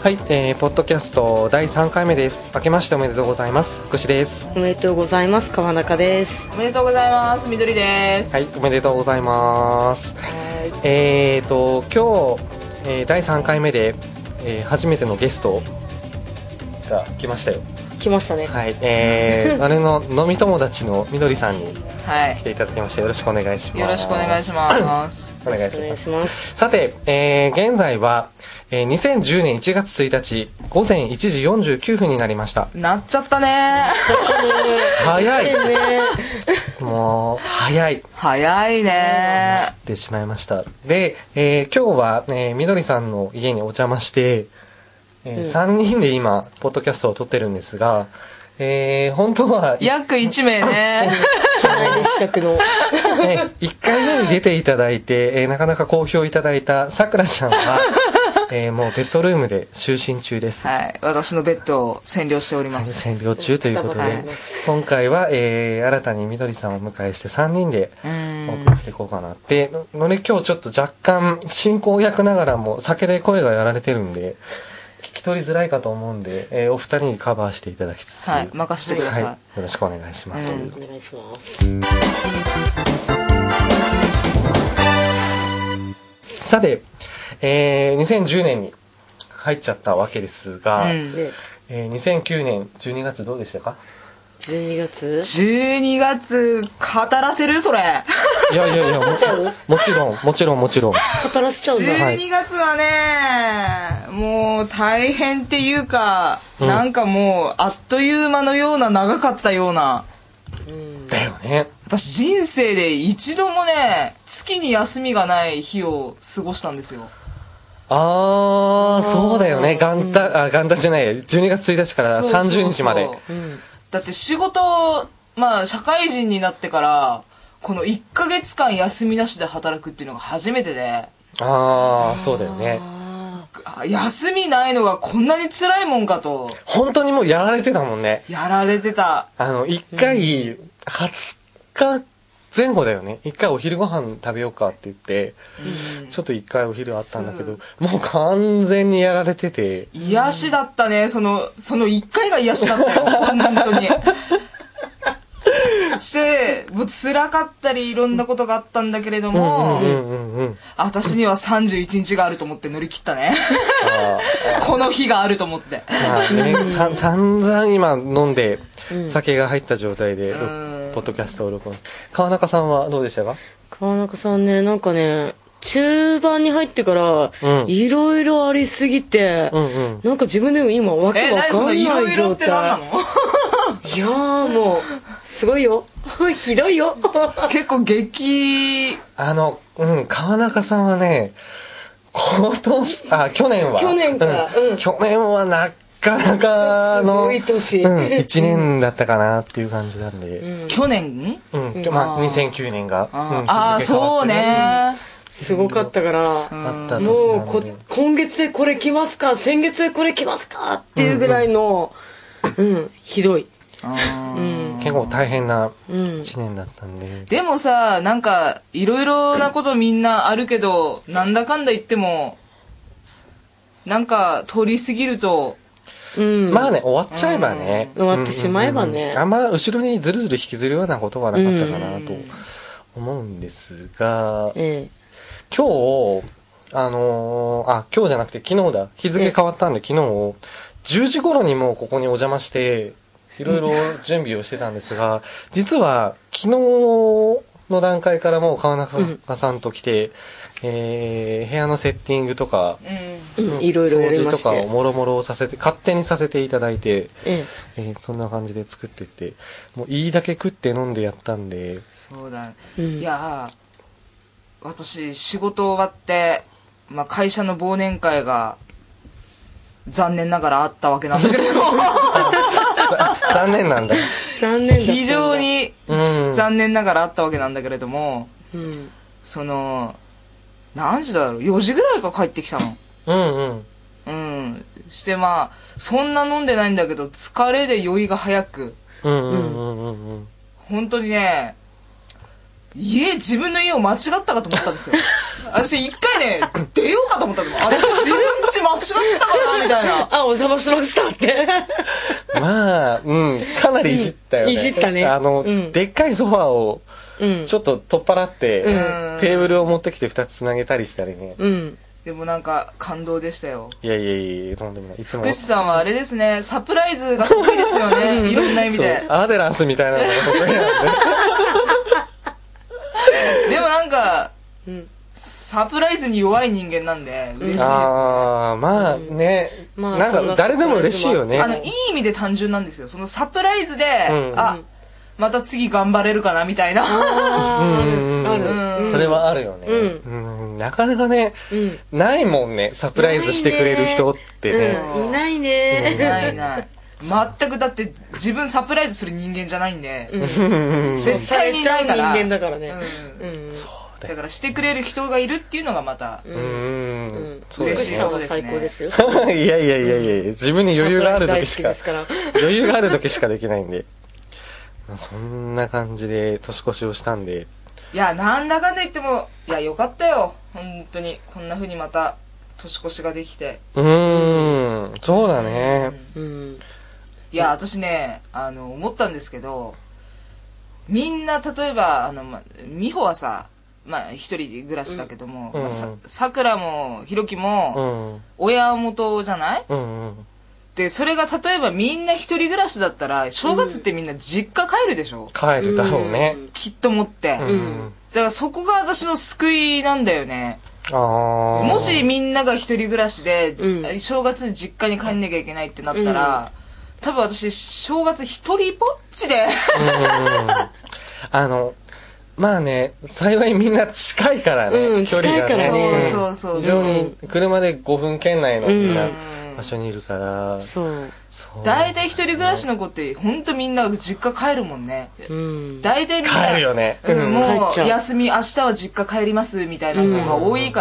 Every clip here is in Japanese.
はい、ポッドキャスト第3回目です。明けましておめでとうございます。福士です。 おめでとうございます。川中です。 おめでとうございます。みどりです。 はい、おめでとうございます。今日、第3回目で、初めてのゲストが来ましたよ。 来ましたね。 はい、あれの飲み友達のみどりさんに来ていただきまして、よろしくお願いします。 よろしくお願いします。 お願いします。さて、現在は、2010年1月1日午前1時49分になりました。 なっちゃったね。 早いもう早いね。 ってしまいました。で、今日は、みどりさんの家にお邪魔して、3人で今ポッドキャストを撮ってるんですが、本当は約1名ね。 列車の 1回目に出ていただいて、なかなか好評いただいたさくらちゃんはもうベッドルームで就寝中です。 はい、私のベッドを占領しております。 占領中ということで、今回は、新たにみどりさんをお迎えして3人でお送りしていこうかなってので、今日ちょっと若干進行役ながらも酒で声がやられてるんで聞き取りづらいかと思うんで、お二人にカバーしていただきつつ、 はい、任せてください。はい、 よろしくお願いします。 お願いします。 さて、2010年に入っちゃったわけですが、2009年12月どうでしたか ？12月 12月語らせるそれ。 いやもちろん語らせちゃうんだ。 12月はね、もう大変っていうか、なんかもうあっという間のような長かったような、 だよね。 私人生で一度もね月に休みがない日を過ごしたんですよ。 そうだよね。元旦じゃない、12月1日から30日まで。 だって仕事、社会人になってからこの1ヶ月間休みなしで働くっていうのが初めてで。 そうだよね。 休みないのがこんなに辛いもんかと。 本当にもうやられてたもんね。 やられてた。 1回20日前後だよね。1回お昼ご飯食べようかって言って、ちょっと1回お昼あったんだけど、もう完全にやられてて。 癒しだったね。その1回が癒しだったよ。本当に。してもう辛かったりいろんなことがあったんだけれども、私には31日があると思って乗り切ったね。この日があると思って。 散々今飲んで酒が入った状態でポッドキャストを録音して。川中さんはどうでしたか？ 川中さんね、なんかね、中盤に入ってからいろいろありすぎて、なんか自分でも今わけわかんない状態。いやーもうすごいよ。ひどいよ。 結構激。 川中さんはね、去年はなかなかの1年だったかなっていう感じなんで。 去年 ？2009年が。 そうね。 すごかったから、もう今月でこれ来ますか、先月でこれ来ますかっていうぐらいの、ひどい。 結構大変な1年だったんで。 でもさ、なんかいろいろなことみんなあるけど、なんだかんだ言ってもなんか通り過ぎると、 まあね、終わっちゃえばね、 終わってしまえばね、 あんま後ろにずるずる引きずるようなことはなかったかなと思うんですが、今日今日じゃなくて昨日だ、日付変わったんで、昨日10時頃にもうここにお邪魔していろいろ準備をしてたんですが、実は昨日の段階からもう川中さんと来て、部屋のセッティングとか、 いろいろやりまして、 掃除とかをもろもろ勝手にさせていただいて、そんな感じで作ってって、もういいだけ食って飲んでやったんで。 そうだ、いや私仕事終わって、会社の忘年会が残念ながらあったわけなんだけど残念なんだ。 非常に残念ながらあったわけなんだけれども、何時だろう、4時ぐらいか帰ってきたの。してそんな飲んでないんだけど、疲れで酔いが早く、本当にね、 自分の家を間違ったかと思ったんですよ。私一回ね、出ようかと思ったの。私自分家間違ったかなみたいな。 あ、お邪魔しましたって。 まあ、かなりいじったよね。 いじったね。 でっかいソファーを、ちょっと取っ払って、テーブルを持ってきて2つつなげたりしたりね。 でもなんか感動でしたよ。 いや、とんでもない。いつも。 福士さんはあれですね、サプライズが得意ですよね。いろんな意味で。 アーデランスみたいなのが得意なんで。 でもなんか、サプライズに弱い人間なんで嬉しいですね。 まあね、なんか誰でも嬉しいよね。 いい意味で単純なんですよ。そのサプライズで、また次頑張れるかなみたいな。 ある。 それはあるよね。なかなかね、ないもんね、サプライズしてくれる人ってね。 いないね。 いない。全くだって自分サプライズする人間じじゃないんで、絶対にないから。 人間だからね。 だからしてくれる人がいるっていうのがまた嬉しいことですね。 最高ですよ。 いや自分に余裕がある時しか余裕がある時しかできないんで、そんな感じで年越しをしたんで、 いやなんだかんだ言ってもよかったよ本当に。こんな風にまた年越しができて。 そうだね。 いや私ね思ったんですけど、みんな例えば美穂はさ、一人暮らしだけども、さくらもひろきも親元じゃない？でそれが例えばみんな一人暮らしだったら正月ってみんな実家帰るでしょ？ 帰るだろうね、 きっと持って。だからそこが私の救いなんだよね。もしみんなが一人暮らしで正月に実家に帰んなきゃいけないってなったら、多分私正月一人ぼっちでまあね、幸いみんな近いからね、距離がね。 そう非常に車で5分圏内のみんな場所にいるから。 大体一人暮らしの子ってほんとみんな実家帰るもんね。大体みんな帰るよね。 もう休み明日は実家帰りますみたいな子が多いから。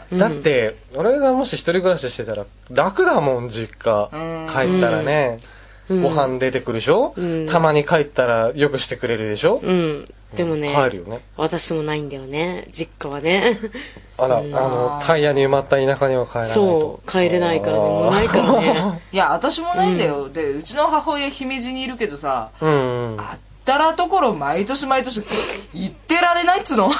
だって俺がもし一人暮らししてたら楽だもん、実家帰ったらね。ご飯出てくるでしょ、たまに帰ったらよくしてくれるでしょ。 でもね、 帰るよね。 私もないんだよね、実家はね。 タイヤに埋まった田舎には帰らないと。 そう、帰れないからね、もうないからね。 いや私もないんだよ。でうちの母親姫路にいるけどさ、あったらところ毎年行ってられないっつの。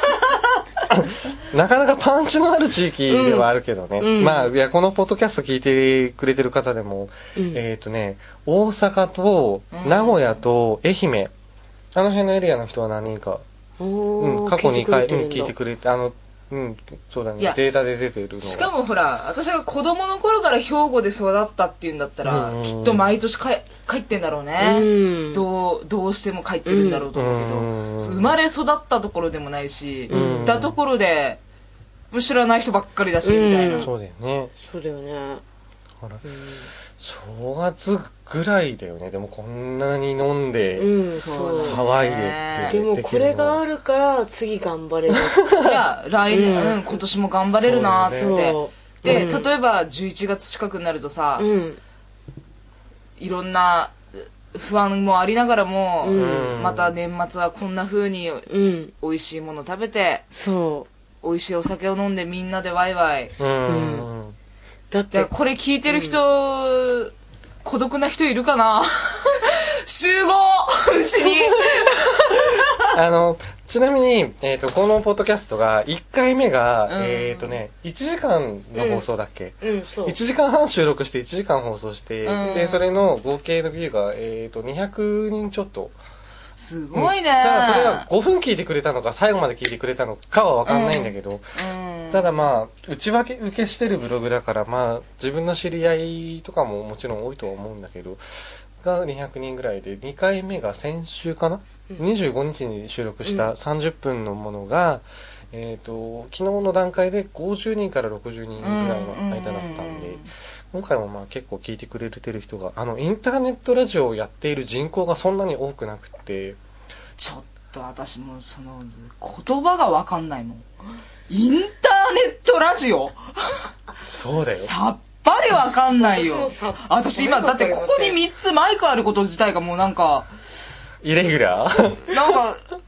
なかなかパンチのある地域ではあるけどね、このポッドキャスト聞いてくれてる方でも、大阪と名古屋と愛媛、あの辺のエリアの人は何人か、過去2回聞いてくれて、そうだね、データで出てるの。 しかもほら私が子供の頃から兵庫で育ったっていうんだったら、きっと毎年帰ってんだろうね。どうしても帰ってるんだろうと思うけど、生まれ育ったところでもないし、行ったところで知らない人ばっかりだしみたいな。 そうだよね。 そうだよね。 正月ぐらいだよね。でもこんなに飲んで騒いでってでもこれがあるから次頑張れる。 いや来年今年も頑張れるなって。で例えば11月近くになるとさ、いろんな不安もありながらも、また年末はこんな風に美味しいもの食べて、美味しいお酒を飲んでみんなでワイワイ。だってこれ聞いてる人、孤独な人いるかな。集合うちに。 ちなみに、このポッドキャストが1回目が、1時間の放送だっけ、1時間半収録して1時間放送して、でそれの合計のビューが、200人ちょっと。 すごいね。 ただそれが5分聞いてくれたのか最後まで聞いてくれたのかは分かんないんだけど、ただ内受けしてるブログだから自分の知り合いとかももちろん多いとは思うんだけどが200人ぐらいで、2回目が先週かな、25日に収録した30分のものが、昨日の段階で50人から60人ぐらいの間だったんで、今回も結構聞いてくれてる人がインターネットラジオをやっている人口がそんなに多くなくて、 ちょっと私もその言葉が分かんないもん。インターネットラジオ。 そうだよ。 さっぱり分かんないよ。私今だってここに3つマイクあること自体がもうなんかイレギュラー。 なんか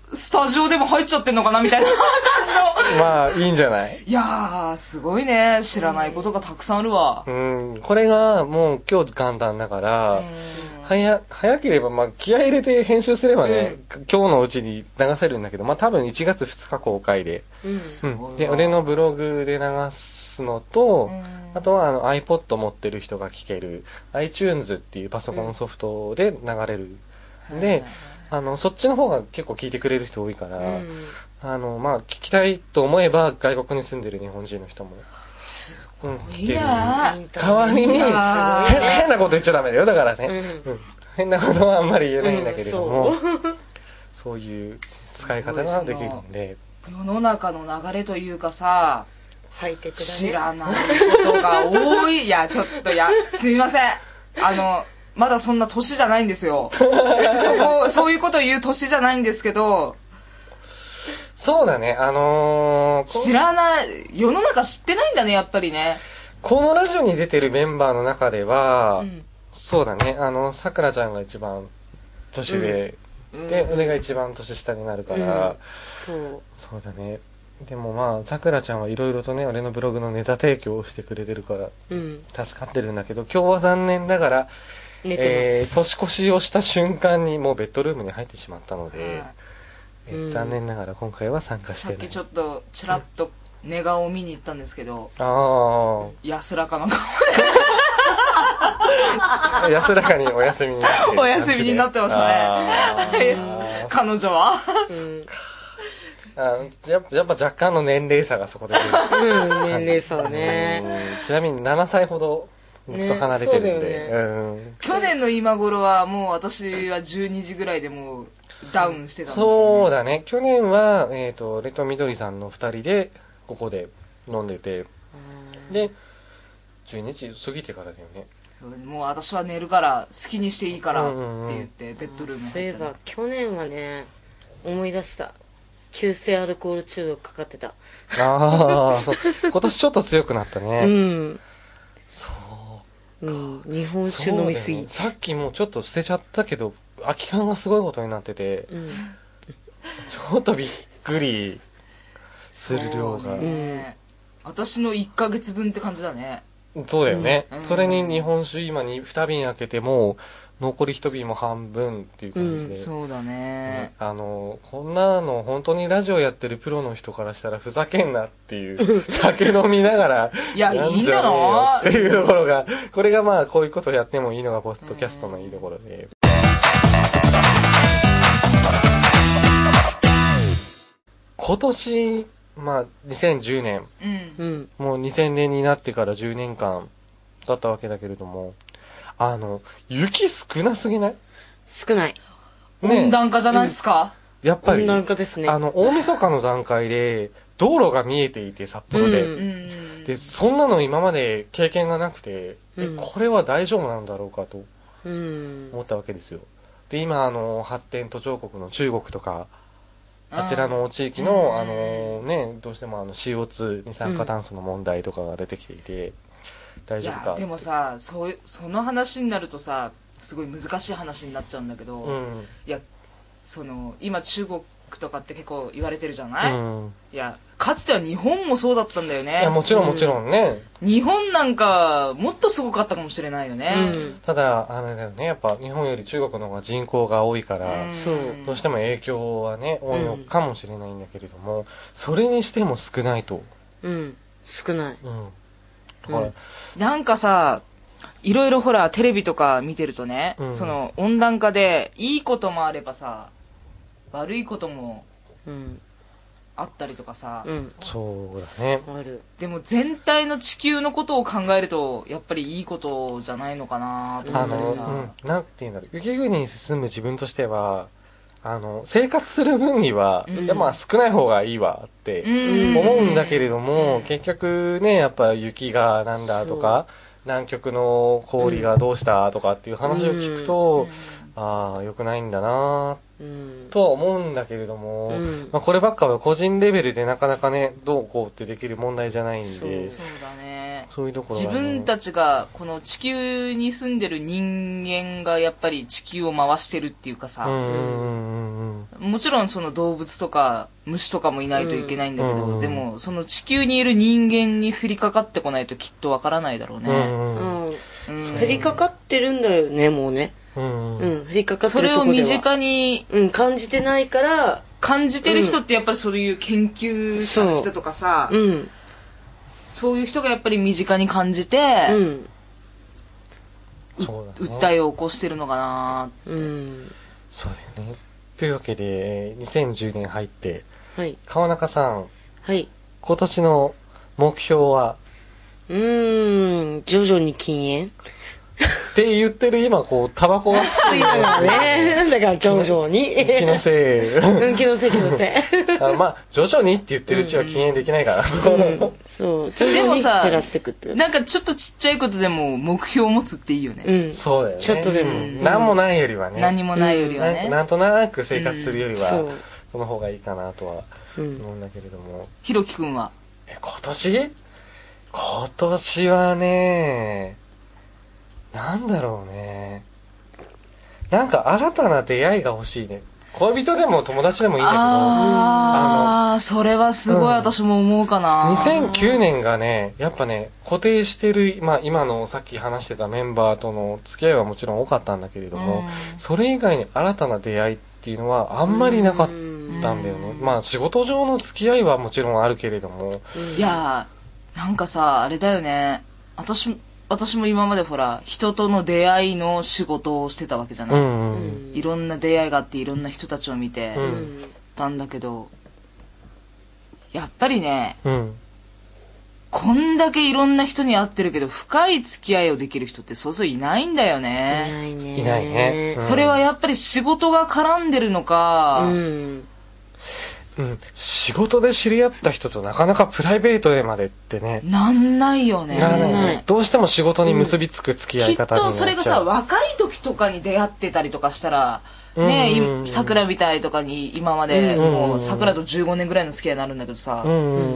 スタジオでも入っちゃってんのかなみたいな感じの。まあ、いいんじゃない？ いやー、すごいね。知らないことがたくさんあるわ。 これがもう今日元旦だから、早ければ、まあ、気合い入れて編集すればね、今日のうちに流せるんだけど、まあ、多分1月2日公開で。で、俺のブログで流すのと、あとはiPod 持ってる人が聴ける iTunes っていうパソコンソフトで流れる。で、そっちの方が結構聞いてくれる人多いから、まあ、聞きたいと思えば外国に住んでる日本人の人も。 すごいね。代わりに、変なこと言っちゃダメだよ、だからね。変なことはあんまり言えないんだけれども、そういう使い方ができるんで。 世の中の流れというかさ、 ハイテクだね。 知らないことが多い。いや、ちょっと、すいません。まだそんな年じゃないんですよ。そういうこと言う年じゃないんですけど、 そうだね、 知らない、世の中知ってないんだね、やっぱりね。 このラジオに出てるメンバーの中では、そうだね、さくらちゃんが一番年上、で、俺が一番年下になるから、そうだね。でもまあ、さくらちゃんはいろいろとね、俺のブログのネタ提供をしてくれてるから、助かってるんだけど、今日は残念ながら、年越しをした瞬間にもうベッドルームに入ってしまったので、残念ながら今回は参加してない。 さっきちょっとちらっと寝顔を見に行ったんですけど、安らかな顔で安らかにお休みになってお休みになってましたね彼女はやっぱ若干の年齢差がそこで出る。 年齢差はね。 ちなみに7歳ほど僕と離れてるんで、 去年の今頃はもう私は12時ぐらいでもうダウンしてたんですけど、ね、 そうだね。去年は、レトみどりさんの2人でここで飲んでて、で12時過ぎてからだよね。 もう私は寝るから好きにしていいからって言ってベッドルームに入った。 そういえば去年はね、思い出した、急性アルコール中毒かかってた。 そう今年ちょっと強くなったね。そうか、 日本酒飲みすぎ、 さっきもちょっと捨てちゃったけど空き缶がすごいことになってて、ちょっとびっくりする量が、 私の1ヶ月分って感じだね。 そうだよね、それに日本酒今に2瓶開けても残り1瓶も半分っていう感じで、 そうだね、 こんなの本当にラジオやってるプロの人からしたらふざけんなっていう酒飲みながらいや、いいんだなっていうところが、これがまあこういうことをやってもいいのがポッドキャストのいいところで、今年まあ2010年、もう2000年になってから10年間経ったわけだけれども、雪少なすぎない？ 少ない、 温暖化じゃないですか？ やっぱり温暖化ですね。 大晦日の段階で道路が見えていて、札幌で、でそんなの今まで経験がなくて、これは大丈夫なんだろうかと思ったわけですよ。で今発展途上国の中国とかあちらの地域のどうしてもCO2 二酸化炭素の問題とかが出てきていて、大丈夫か。いやでもさ、その話になるとさ、すごい難しい話になっちゃうんだけど、いや今中国とかって結構言われてるじゃない、いやかつては日本もそうだったんだよね。 いやもちろんね、 日本なんかもっとすごかったかもしれないよね、 ただだよね、やっぱ日本より中国の方が人口が多いから、どうしても影響はね多いのかもしれないんだけれども、それにしても少ないと。 少ない、 なんかさ、いろいろほらテレビとか見てるとね、その温暖化でいいこともあればさ、悪いこともあったりとかさ、 そうだね。 でも全体の地球のことを考えるとやっぱりいいことじゃないのかなと思ったりさ、 なんていうんだろう、雪国に住む自分としては生活する分には、まあ少ない方がいいわって思うんだけれども、結局ね、やっぱ雪がなんだとか、南極の氷がどうしたとかっていう話を聞くと、良くないんだなとは思うんだけれども、まあ、こればっかは個人レベルでなかなかね、どうこうってできる問題じゃないんで、 そうだね、 そういうところは、 自分たちがこの地球に住んでる人間がやっぱり地球を回してるっていうかさ、ももちろんその動物とか虫とかもいないといけないんだけど、でもその地球にいる人間に降りかかってこないときっとわからないだろうね。 降りかかってるんだよね、もうね。降りかかってるとこでは。 それを身近に、 感じてないから、 感じてる人ってやっぱりそういう研究者の人とかさ、そういう人がやっぱり身近に感じて、訴えを起こしてるのかなって。 そうだよね。というわけで、2010年入って、川中さん、今年の目標は徐々に禁煙って言ってる今こうタバコが吸いなね。だから徐々に気のせい気のせいまあ徐々にって言ってるうちは禁煙できないからそう徐々に減らしていくってなんかちょっとちっちゃいことでも目標を持つっていいよね。 そうだよね。 ちょっとでも何もないよりはね。 何もないよりはね。 なんとなく生活するよりはその方がいいかなとは思うんだけれども。 ひろきくんは今年はね、なんだろうね。なんか新たな出会いが欲しいね。恋人でも友達でもいいんだけど。 それはすごい私も思うかな。 2009年がね、やっぱね、固定してる、今のさっき話してたメンバーとの付き合いはもちろん多かったんだけれども、それ以外に新たな出会いっていうのはあんまりなかったんだよね。仕事上の付き合いはもちろんあるけれども。 いやなんかさ、あれだよね。私も今までほら、人との出会いの仕事をしてたわけじゃない。いろんな出会いがあっていろんな人たちを見てたんだけど、やっぱりね、こんだけいろんな人に会ってるけど深い付き合いをできる人ってそうそういないんだよね。 いないね。 それはやっぱり仕事が絡んでるのか、 仕事で知り合った人となかなかプライベートでまでってねなんないよね。 どうしても仕事に結びつく付き合い方になっちゃう。 きっとそれがさ、若い時とかに出会ってたりとかしたらね、桜みたいとかに今までもう桜と15年ぐらいの付き合いになるんだけどさ、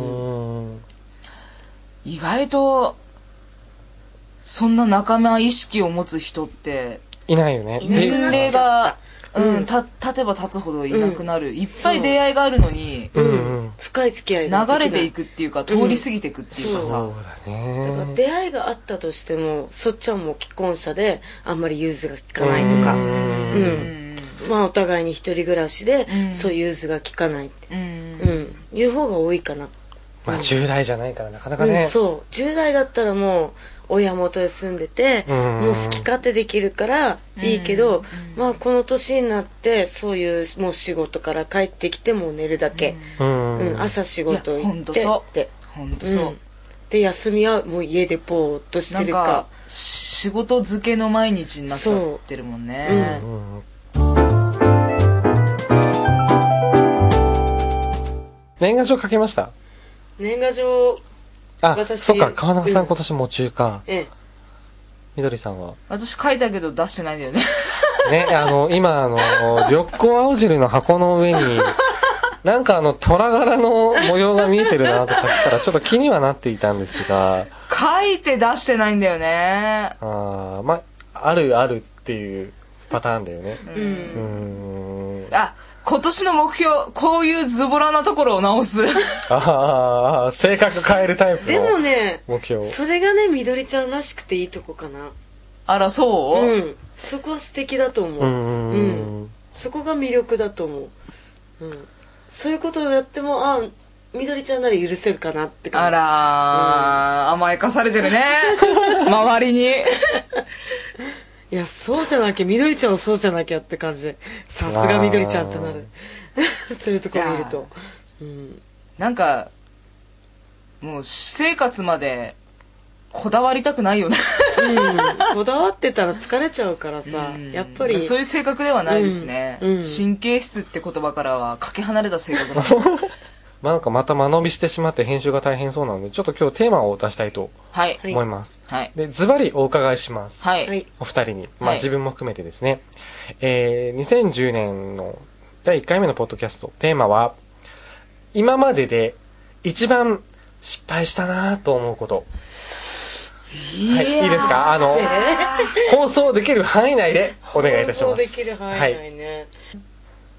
意外とそんな仲間意識を持つ人っていないよね。 年齢が経てば経つほどいなくなる。いっぱい出会いがあるのに、 深い付き合い流れていくっていうか、通り過ぎていくっていうかさ。 そうだね。 だから出会いがあったとしても、そっちはもう既婚者であんまり融通が利かないとか、お互いに一人暮らしで、そういう融通が利かないって、いう方が多いかな。 10代じゃないからなかなかね。 そう。10代だったらもう、親元で住んでて、もう好き勝手できるからいいけど、この年になってそういうもう仕事から帰ってきてもう寝るだけ、朝仕事行ってってほんとそう、 で休みはもう家でポーっとしてるか仕事漬けの毎日になっちゃってるもんね。 年賀状書けました？ 年賀状そっか、川中さん今年も中か。みどりさんは？ 私書いたけど出してないんだよね。 ね、今緑光青汁の箱の上に、なんか虎柄の模様が見えてるなとさっきからちょっと気にはなっていたんですが。 書いて出してないんだよね。 あるっていうパターンだよね。 今年の目標、こういうズボラなところを直す。 性格変えるタイプのでもね、 目標。 それがね、みどりちゃんらしくていいとこかな。 あら、そう？ そこは素敵だと思う。そこが魅力だと思う。そういうことをやっても、みどりちゃんなら許せるかなって感じ。 あらー、甘やかされてるね。周りに。 いや、そうじゃなきゃ、みどりちゃんはそうじゃなきゃって感じで、さすがみどりちゃんってなる。そういうとこ見ると。 なんか、もう私生活までこだわりたくないよね。 こだわってたら疲れちゃうからさ、やっぱり。 そういう性格ではないですね。神経質って言葉からはかけ離れた性格だ。 なんかまた間延びしてしまって編集が大変そうなので、ちょっと今日テーマを出したいと思います。で、ズバリお伺いします。お二人に。自分も含めてですね。2010年の第1回目のポッドキャスト、テーマは、今までで一番失敗したなと思うこと。いいですか？放送できる範囲内でお願いいたします。 放送できる範囲内ね。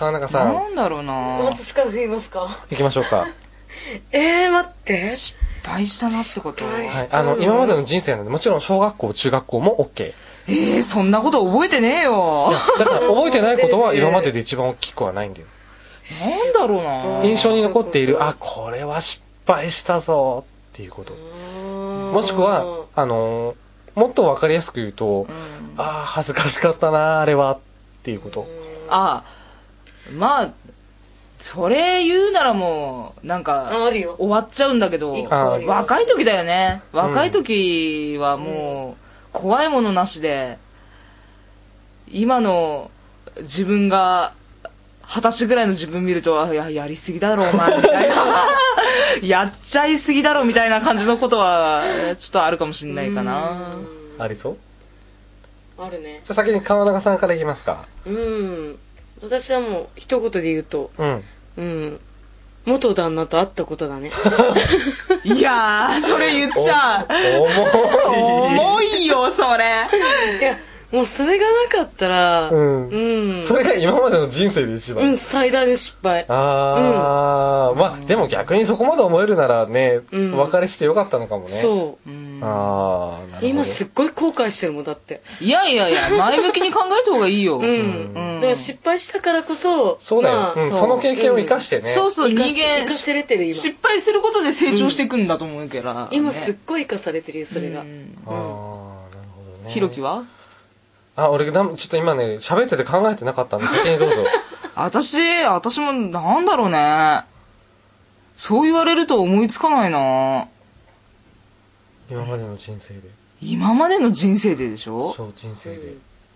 川中さん。 なんだろうな。 私から言いますか。 行きましょうか。 待って。 失敗したなってこと？はい。 今までの人生なんで、もちろん小学校、中学校も OK。 そんなこと覚えてねえよ。 だから覚えてないことは今までで一番大きくはないんだよ。 なんだろうな。 印象に残っている、これは失敗したぞっていうこと。もしくは、もっとわかりやすく言うと、恥ずかしかったな、あれはっていうこと。 まあ、それ言うならもう、なんか、終わっちゃうんだけど、若い時だよね。若い時はもう、怖いものなしで、今の自分が、20歳ぐらいの自分見ると、やりすぎだろ、お前、みたいな。やっちゃいすぎだろ、みたいな感じのことは、ちょっとあるかもしれないかな。 ありそう？ あるね。 じゃあ先に川中さんからいきますか。 私はもう一言で言うと、元旦那と会ったことだね。 いやー、それ言っちゃ重いよ、それ。 いや、もうそれがなかったら、 それが今までの人生で一番。 最大の失敗。 まあ、でも逆にそこまで思えるならね、お別れしてよかったのかもね。 そう。今すっごい後悔してるもんだって。 いや、前向きに考えた方がいいよ。 だから失敗したからこそ、 そうだよ。その経験を生かしてね。 そう、人間、 生かせれてる今。 失敗することで成長していくんだと思うけど。 今すっごい生かされてるよ、それが。 なるほどね。 ひろきは？ 俺、ちょっと今ね、喋ってて考えてなかったんで、先にどうぞ。 私も、なんだろうね。そう言われると思いつかないな。 今までの人生で。 今までの人生ででしょ？ そう、人生で。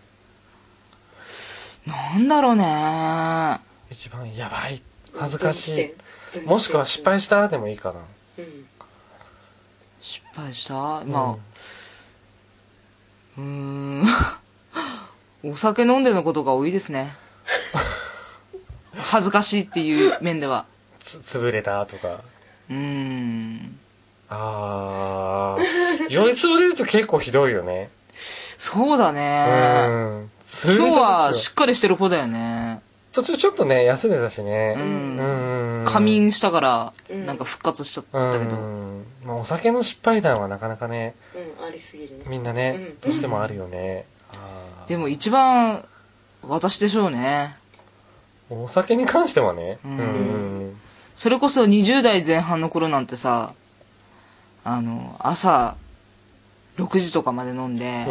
なんだろうね。 一番やばい、恥ずかしい。もしくは失敗したでもいいかな。 失敗した？お酒飲んでのことが多いですね。恥ずかしいっていう面では。 潰れたとか。酔い潰れると結構ひどいよね。 そうだね。今日はしっかりしてる子だよね。 ちょっとね、休んでたしね。 仮眠したから、なんか復活しちゃったけど。 お酒の失敗談はなかなかね、 ありすぎるね。 みんなね、どうしてもあるよね。 でも一番、私でしょうね。 お酒に関してはね。 それこそ20代前半の頃なんてさ、朝、6時とかまで飲んで、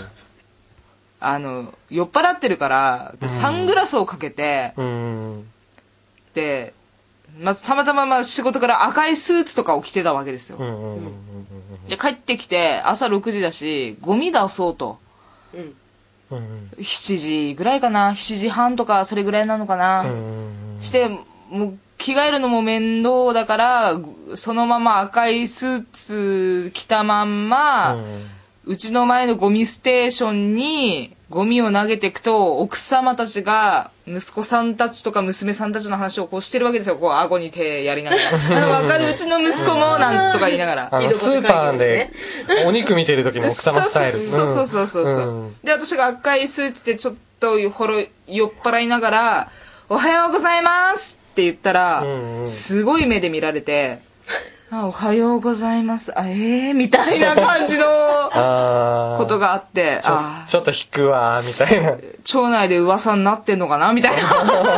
酔っ払ってるから、サングラスをかけて、で、まずたまたま仕事から赤いスーツとかを着てたわけですよ。で、帰ってきて、朝6時だし、ゴミ出そうと。7時ぐらいかな、7時半とかそれぐらいなのかな。してもう着替えるのも面倒だからそのまま赤いスーツ着たまんま、うちの前のゴミステーションにゴミを投げていくと、奥様たちが息子さんたちとか娘さんたちの話をこうしてるわけですよ。こう顎に手やりながらわかる、うちの息子もなんとか言いながらスーパーでお肉見てる時の奥様スタイル。 そうで、私が赤いスーツでちょっと酔っ払いながらおはようございますって言ったら、すごい目で見られて、おはようございます。みたいな感じのことがあって、 ちょっと引くわみたいな。 町内で噂になってんのかなみたいな。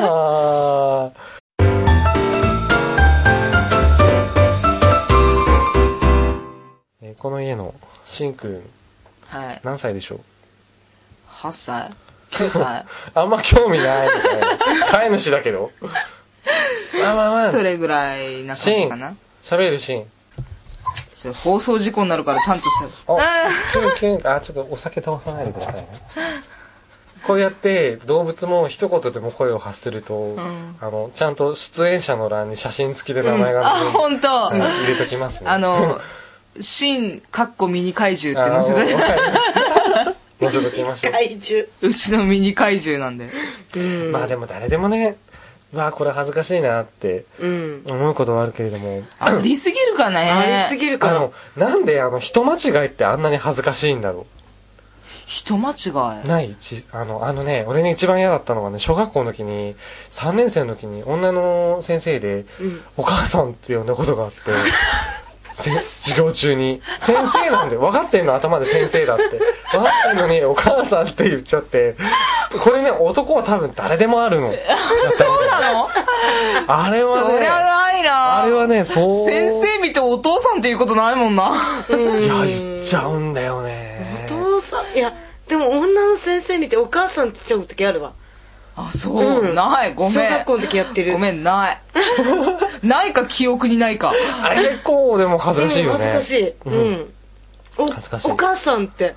この家のしんくん、何歳でしょう ？8歳 ?9 歳あんま興味ないみたいな。飼い主だけど。 それぐらいな感じかな。 喋るシーン。 それ放送事故になるからちゃんとしてる。 キュン。ちょっとお酒倒さないでくださいね。こうやって動物も一言でも声を発すると、ちゃんと出演者の欄に写真付きで名前が本当入れときますね。 新ミニ怪獣って載せて載せときましょう。 怪獣。 うちのミニ怪獣なんで。 まあでも誰でもね、これ恥ずかしいなって思うことはあるけれども、 ありすぎるかね。 ありすぎるかな。 なんで人間違いってあんなに恥ずかしいんだろ人間違いない俺ね一番嫌だったのがね、小学校の時に3年生の時に女の先生で、お母さんって呼んだことがあって授業中に先生なんで分かってんの、頭で先生だって分かってんのにお母さんって言っちゃって、これね男は多分誰でもあるのそうなのあれはね、 そりゃないな。 あれはね、そう先生見てお父さんっていうことないもんな。 いや言っちゃうんだよね。 お父さん、いやでも女の先生見てお母さんって言っちゃう時あるわ。 あ、そう、ない、ごめん。 小学校の時やってる。 ごめん、ないないか記憶にないか。 あれ結構でも恥ずかしいよね。 恥ずかしい。 恥ずかしい。 お母さんって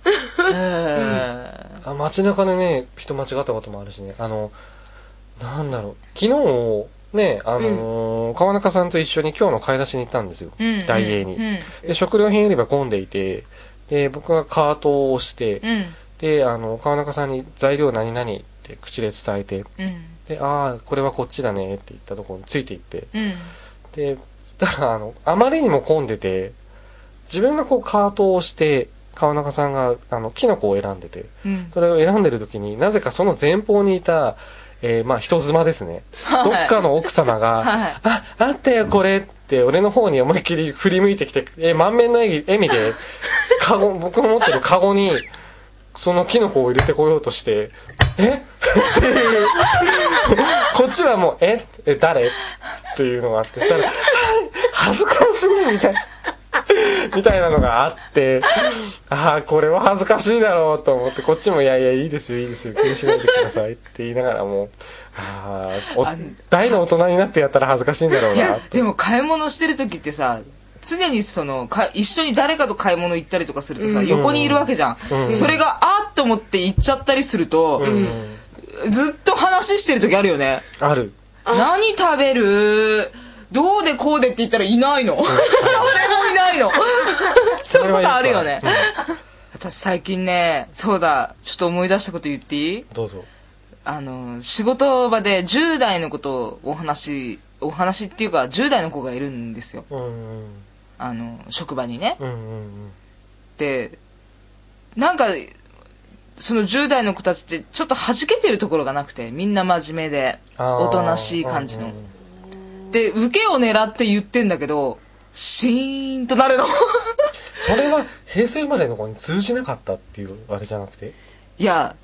街中でね人間違ったこともあるしね。なんだろう、昨日ね、川中さんと一緒に今日の買い出しに行ったんですよ、ダイエーに、で食料品売り場混んでいて、で僕がカートを押して、で川中さんに材料何々って口で伝えて、でああこれはこっちだねって言ったところについていって、でそしたらあまりにも混んでて、自分がこうカートを押して川中さんがキノコを選んでて、それを選んでる時になぜかその前方にいた人妻ですね、どっかの奥様があったよこれって俺の方に思いっきり振り向いてきて、満面の笑みで僕の持ってるカゴにそのキノコを入れてこようとしてっていうこっちはもう誰っていうのがあって、ただ恥ずかしいみたいなのがあって、ああこれは恥ずかしいだろうと思って、こっちもいやいいですよ気にしないでくださいって言いながらも、大の大人になってやったら恥ずかしいんだろうなって。 でも買い物してる時ってさ、常に一緒に誰かと買い物行ったりとかするとさ、横にいるわけじゃん、それがあっと思って行っちゃったりすると、ずっと話してる時あるよね。 ある。 何食べる、どうでこうでって言ったらいないの、誰もいないのそういうことあるよね。私最近ね、そうだ、ちょっと思い出したこと言っていい？ どうぞ。 仕事場で10代の子とお話っていうか10代の子がいるんですよ、職場にね、でなんかその10代の子たちってちょっと弾けてるところがなくて、みんな真面目でおとなしい感じの、で受けを狙って言ってんだけどシーンとなるのそれは平成生まれの子に通じなかったっていうあれじゃなくて、 いや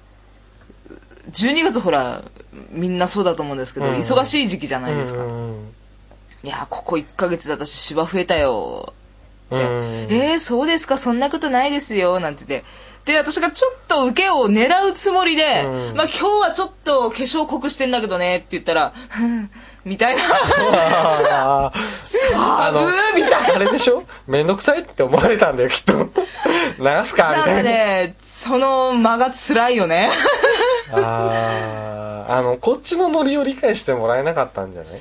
12月ほらみんなそうだと思うんですけど、忙しい時期じゃないですか、いやここ1ヶ月で私シワ増えたよって、そうですか、そんなことないですよなんて言って、で私がちょっと受けを狙うつもりで、今日はちょっと化粧濃くしてんだけどねって言ったらみたいなみたいな、 あれでしょ、めんどくさいって思われたんだよきっと流すかみたいな。 なんかね、その間が辛いよねこっちのノリを理解してもらえなかったんじゃない？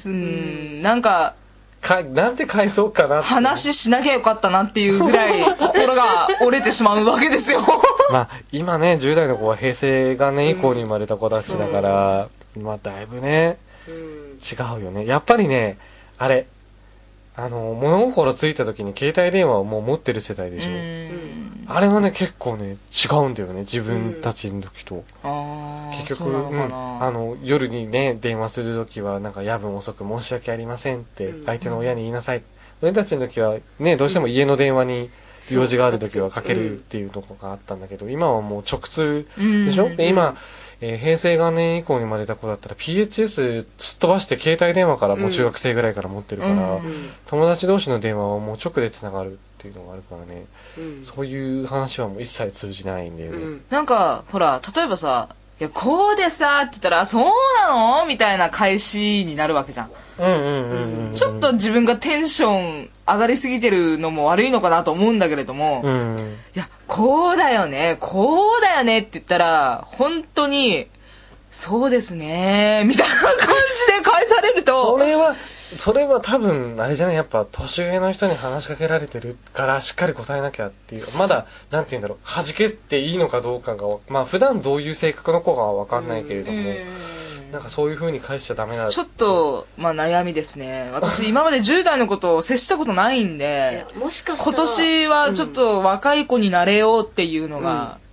なんかなんて返そうかなって、 話しなきゃよかったなっていうぐらい心が折れてしまうわけですよまあ今ね10代の子は平成元年以降に生まれた子たちだから、まあだいぶね、違うよねやっぱりね。あれ物心ついた時に携帯電話をもう持ってる世代でしょ。あれはね結構ね違うんだよね、自分たちの時と。結局夜にね電話する時はなんか夜分遅く申し訳ありませんって相手の親に言いなさい。俺たちの時はねどうしても家の電話に用事がある時はかけるっていうとこがあったんだけど、今はもう直通でしょ。で今平成元年以降に生まれた子だったら PHS すっ飛ばして携帯電話からもう中学生ぐらいから持ってるから、友達同士の電話はもう直でつながるっていうのがあるからね、そういう話はもう一切通じないんだよね、 なんかほら例えばさ、いやこうでさって言ったらそうなのみたいな返しになるわけじゃん。ちょっと自分がテンション上がりすぎてるのも悪いのかなと思うんだけれども、いやこうだよねこうだよねって言ったら本当にそうですねみたいな感じで返されるとそれは多分あれじゃない、やっぱ年上の人に話しかけられてるからしっかり答えなきゃっていう、まだなんて言うんだろう、弾けていいのかどうかがまあ普段どういう性格の子かは分かんないけれども、なんかそういう風に返しちゃダメなちょっと、まあ、悩みですね。私今まで10代の子と接したことないんで、 もしかしたら今年はちょっと若い子になれようっていうのが、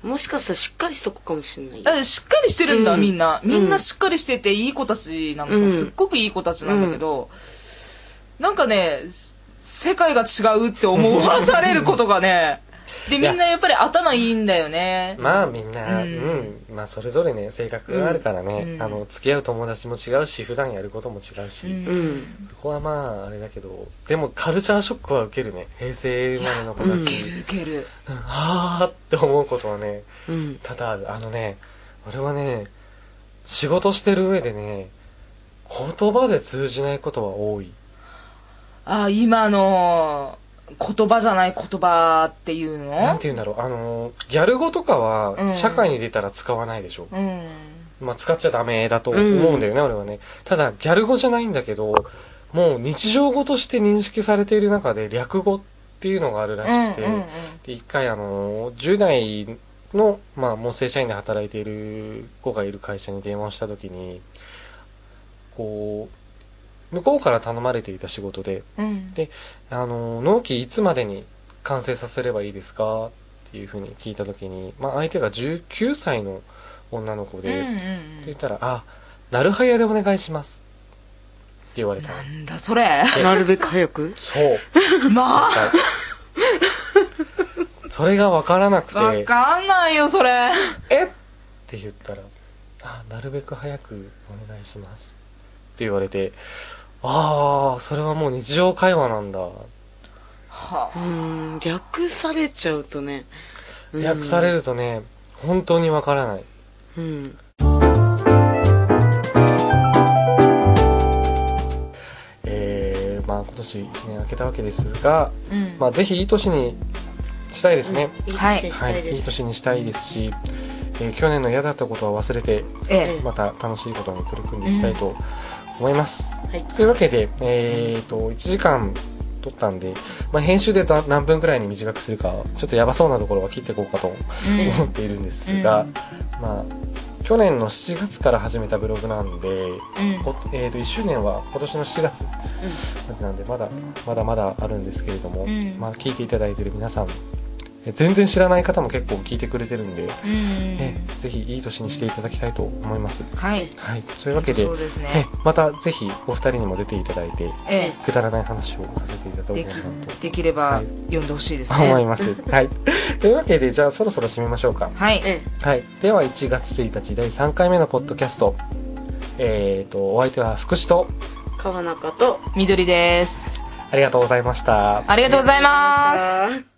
もしかしたらしっかりしとくかもしれない。 しっかりしてるんだ、みんなしっかりしてていい子たちなのさ、すっごくいい子たちなんだけど、なんかね世界が違うって思わされることがねでみんなやっぱり頭いいんだよね。 まあみんなまあそれぞれね性格があるからね、付き合う友達も違うし普段やることも違うし、そこはまああれだけど、でもカルチャーショックは受けるね。平成生まれの子たち受けるはあって思うことはね、多々ある。俺はね仕事してる上でね言葉で通じないことは多い。 今の言葉じゃない言葉っていうのなんて言うんだろう、ギャル語とかは社会に出たら使わないでしょ、まあ使っちゃダメだと思うんだよね、俺はね。ただギャル語じゃないんだけど、もう日常語として認識されている中で略語っていうのがあるらしくて、で一回10代の、まあもう正社員で働いている子がいる会社に電話をした時に、こう向こうから頼まれていた仕事で、で納期いつまでに完成させればいいですかっていうふうに聞いた時に、まあ相手が19歳の女の子で、って言ったらなるはやでお願いしますって言われた。 なんだそれ。 なるべく早く。 そうまあそれが分からなくて、 分かんないよそれ。 って言ったらなるべく早くお願いしますって言われて、それはもう日常会話なんだ。 略されちゃうとね、 略されるとね本当にわからない。まあ今年1年明けたわけですが、まあぜひいい年にしたいですね。 はい、 いい年にしたいですし、去年の嫌だったことは忘れて、また楽しいことに取り組んでいきたいと思います。というわけで、1時間撮ったんで、まあ、編集で何分くらいに短くするかちょっとやばそうなところは切っていこうかと思っているんですが、まあ去年の7月から始めたブログなんで、1周年は今年の7月なんでまだあるんですけれども、まあ、聞いていただいている皆さん、全然知らない方も結構聞いてくれてるんで、ぜひいい年にしていただきたいと思います。 はい、 というわけで、 そうですね、 またぜひお二人にも出ていただいて、くだらない話をさせていただこうかなとできれば読んでほしいですね、 思います。というわけでじゃあそろそろ締めましょうか。では1月1日第3回目のポッドキャスト、お相手は福士と川中と緑です。 ありがとうございました。 ありがとうございます。